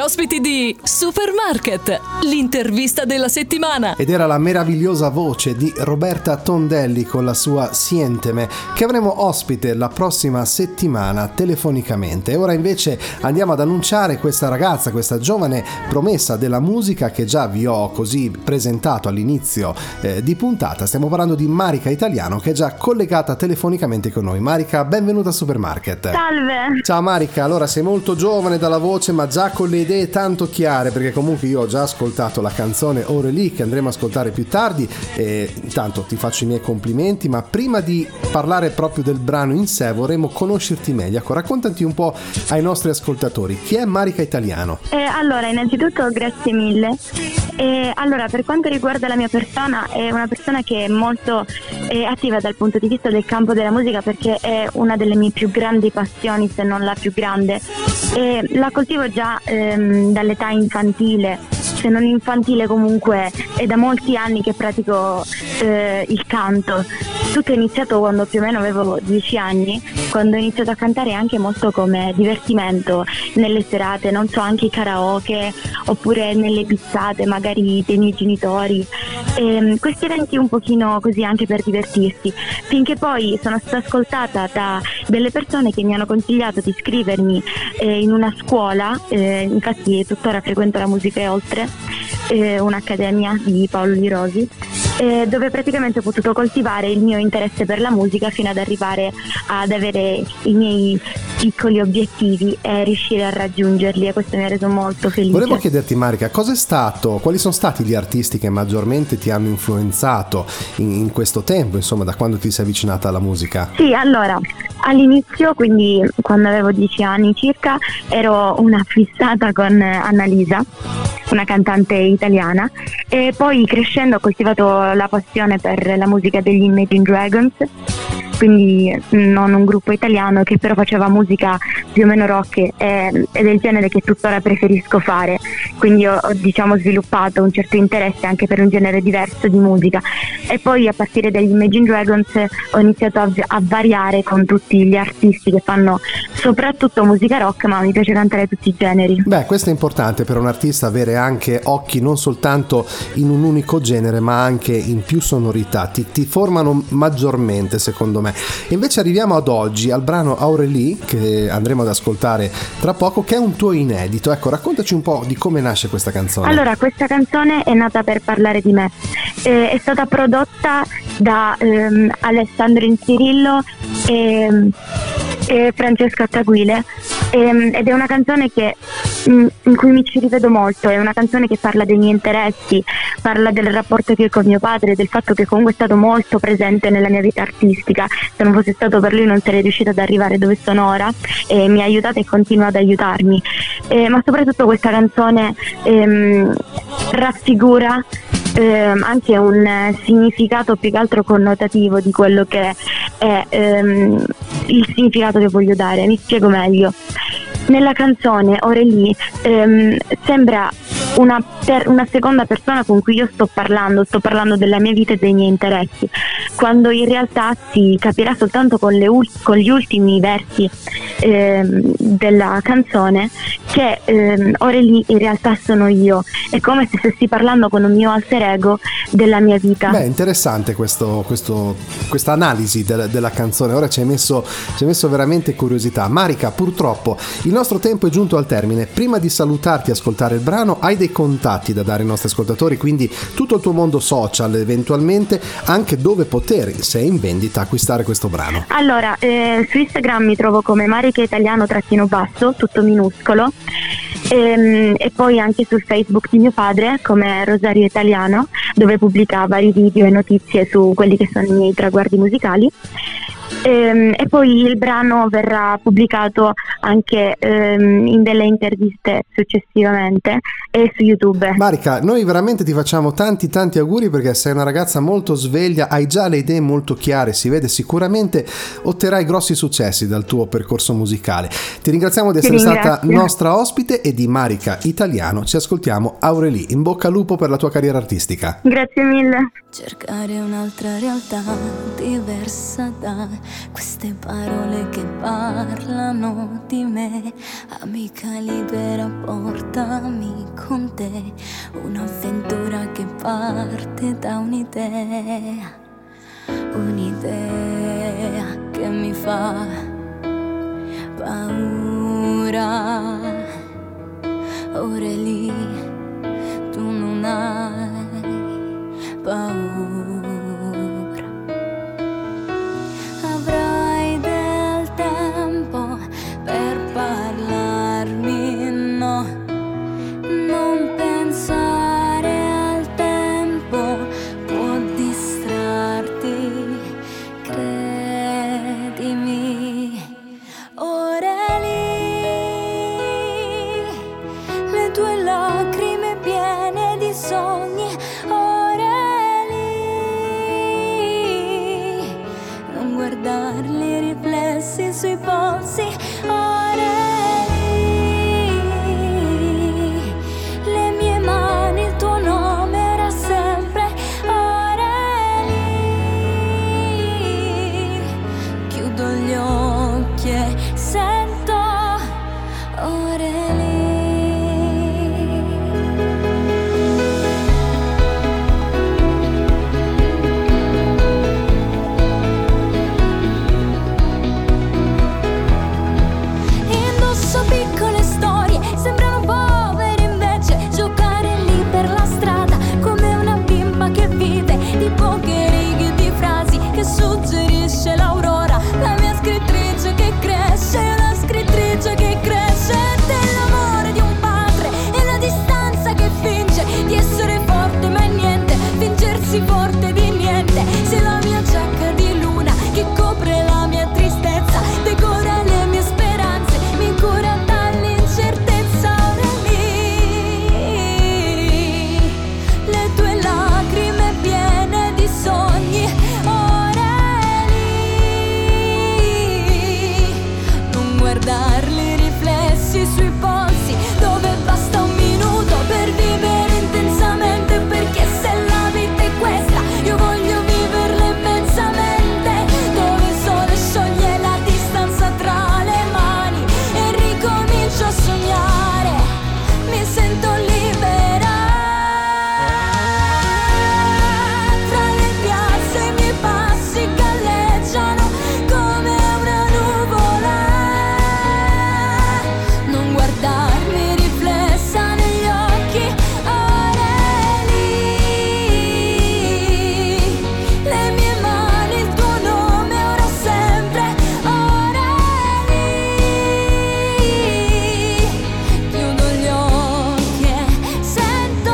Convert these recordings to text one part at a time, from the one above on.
ospiti di Supermarket, l'intervista della settimana. Ed era la meravigliosa voce di Roberta Tondelli con la sua Siénteme, che avremo ospite la prossima settimana telefonicamente. E ora invece andiamo ad annunciare questa ragazza, questa giovane promessa della musica che già vi ho così presentato all'inizio di puntata. Stiamo parlando di Marica Italiano, che è già collegata telefonicamente con noi. Marica, benvenuta a Supermarket. Salve. Ciao Marica, allora sei molto giovane dalla voce ma già con le idee tanto chiare, perché comunque io ho già ascoltato la canzone Aurélie che andremo a ascoltare più tardi e intanto ti faccio i miei complimenti, ma prima di parlare proprio del brano in sé vorremmo conoscerti meglio. Ecco, raccontati un po' ai nostri ascoltatori chi è Marica Italiano. Allora, innanzitutto grazie mille. Allora, per quanto riguarda la mia persona, è una persona che è molto attiva dal punto di vista del campo della musica, perché è una delle mie più grandi passioni, se non la più grande, e la coltivo già dall'età infantile, se non infantile comunque è da molti anni che pratico il canto. Tutto è iniziato quando più o meno avevo 10 anni, quando ho iniziato a cantare anche molto come divertimento nelle serate, non so, anche i karaoke oppure nelle pizzate magari dei miei genitori, questi eventi un pochino così anche per divertirsi, finché poi sono stata ascoltata da delle persone che mi hanno consigliato di iscrivermi in una scuola, infatti tuttora frequento la Musica e Oltre, un'accademia di Paolo Di Rosi, dove praticamente ho potuto coltivare il mio interesse per la musica fino ad arrivare ad avere i miei piccoli obiettivi e riuscire a raggiungerli, e questo mi ha reso molto felice. Volevo chiederti Marica, quali sono stati gli artisti che maggiormente ti hanno influenzato in questo tempo, insomma, da quando ti sei avvicinata alla musica? Sì, allora, all'inizio, quindi quando avevo 10 anni circa, ero una fissata con Annalisa, una cantante italiana, e poi crescendo ho coltivato la passione per la musica degli Imagine Dragons, quindi non un gruppo italiano che però faceva musica più o meno rock, ed è il genere che tuttora preferisco fare, quindi ho diciamo sviluppato un certo interesse anche per un genere diverso di musica, e poi a partire dagli Imagine Dragons ho iniziato a variare con tutti gli artisti che fanno soprattutto musica rock, ma mi piace cantare tutti i generi. Beh, questo è importante per un artista, avere anche occhi non soltanto in un unico genere ma anche in più sonorità, ti formano maggiormente secondo me. Invece arriviamo ad oggi, al brano Aurélie che andremo ad ascoltare tra poco, che è un tuo inedito. Ecco, raccontaci un po' di come nasce questa canzone. Allora, questa canzone è nata per parlare di me, è stata prodotta da Alessandro Inzirillo e Francesco Attaguile, ed è una canzone in cui mi ci rivedo molto. È una canzone che parla dei miei interessi, parla del rapporto che ho con mio padre, del fatto che comunque è stato molto presente nella mia vita artistica. Se non fosse stato per lui non sarei riuscita ad arrivare dove sono ora, e mi ha aiutata e continua ad aiutarmi, ma soprattutto questa canzone raffigura anche un significato più che altro connotativo di quello che è il significato che voglio dare. Mi spiego meglio. Nella canzone Aurélie sembra una seconda persona con cui io sto parlando della mia vita e dei miei interessi, quando in realtà si capirà soltanto con gli ultimi versi della canzone che Aurélie in realtà sono io. È come se stessi parlando con un mio alter ego della mia vita. Beh, interessante questa analisi della canzone. Ora ci hai messo veramente curiosità. Marica, purtroppo il nostro tempo è giunto al termine. Prima di salutarti e ascoltare il brano, hai dei contatti da dare ai nostri ascoltatori, quindi tutto il tuo mondo social, eventualmente anche dove poter, se è in vendita, acquistare questo brano. Allora, su Instagram mi trovo come Marica Italiano _, tutto minuscolo, e poi anche sul Facebook di mio padre come Rosario Italiano, dove pubblica vari video e notizie su quelli che sono i miei traguardi musicali. E poi il brano verrà pubblicato anche in delle interviste successivamente e su YouTube. Marica, noi veramente ti facciamo tanti auguri, perché sei una ragazza molto sveglia, hai già le idee molto chiare, si vede, sicuramente otterrai grossi successi dal tuo percorso musicale. Ti ringraziamo di essere stata nostra ospite, e di Marica Italiano ci ascoltiamo Aurélie. In bocca al lupo per la tua carriera artistica. Grazie mille. Cercare un'altra realtà diversa da queste parole che parlano di me. Amica libera, portami con te, un'avventura che parte da un'idea, un'idea che mi fa paura. Ora è lì, tu non hai paura. Avrai del tempo per parlarmi, no, non pensare al tempo, può distrarti, credimi. Ora è lì, le tue lacrime piene di sogni. Guardarli riflessi sui polsi, ora è lì, le mie mani, il tuo nome era sempre, ora è lì, chiudo gli occhi e sento, ora è lì. Piccole storie sembrano povere, invece giocare lì per la strada come una bimba che vive di poche righe di frasi che suggerisce l'aurora. La mia scrittrice che cresce, la scrittrice che cresce, dell'amore di un padre e la distanza che finge di essere forte ma è niente, fingersi forte di niente. Se la mia giacca di luna che copre la mia tristezza decora le mie speranze, mi cura dall'incertezza, ora è lì, le tue lacrime piene di sogni, ora è lì, non guardarli riflessi sui polsi, dove basta un minuto per vivere intensamente, perché se la vita è questa io voglio viverla immensamente, dove il sole scioglie la distanza tra le mani e ricomincio a sognare, mi sento libera. Tra le piazze i miei passi galleggiano come una nuvola, non guardarmi riflessa negli occhi, ora è lì, le mie mani, il tuo nome ora sempre, ora è lì, chiudo gli occhi e sento,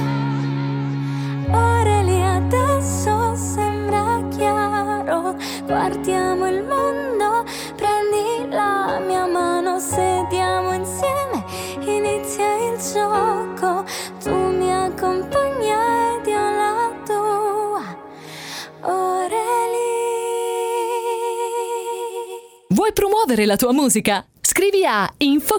ora è lì, adesso sembra chiaro, guardiamo il mondo, prendi la mia mano, sediamo insieme, inizia il gioco, tu mi accompagna ed io la tua, ora è lì. Vuoi promuovere la tua musica? Scrivi a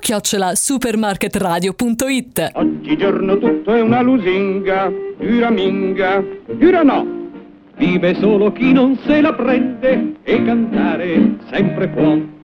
info@supermarketradio.it. Oggigiorno tutto è una lusinga, dura minga, dura no. Vive solo chi non se la prende e cantare sempre può.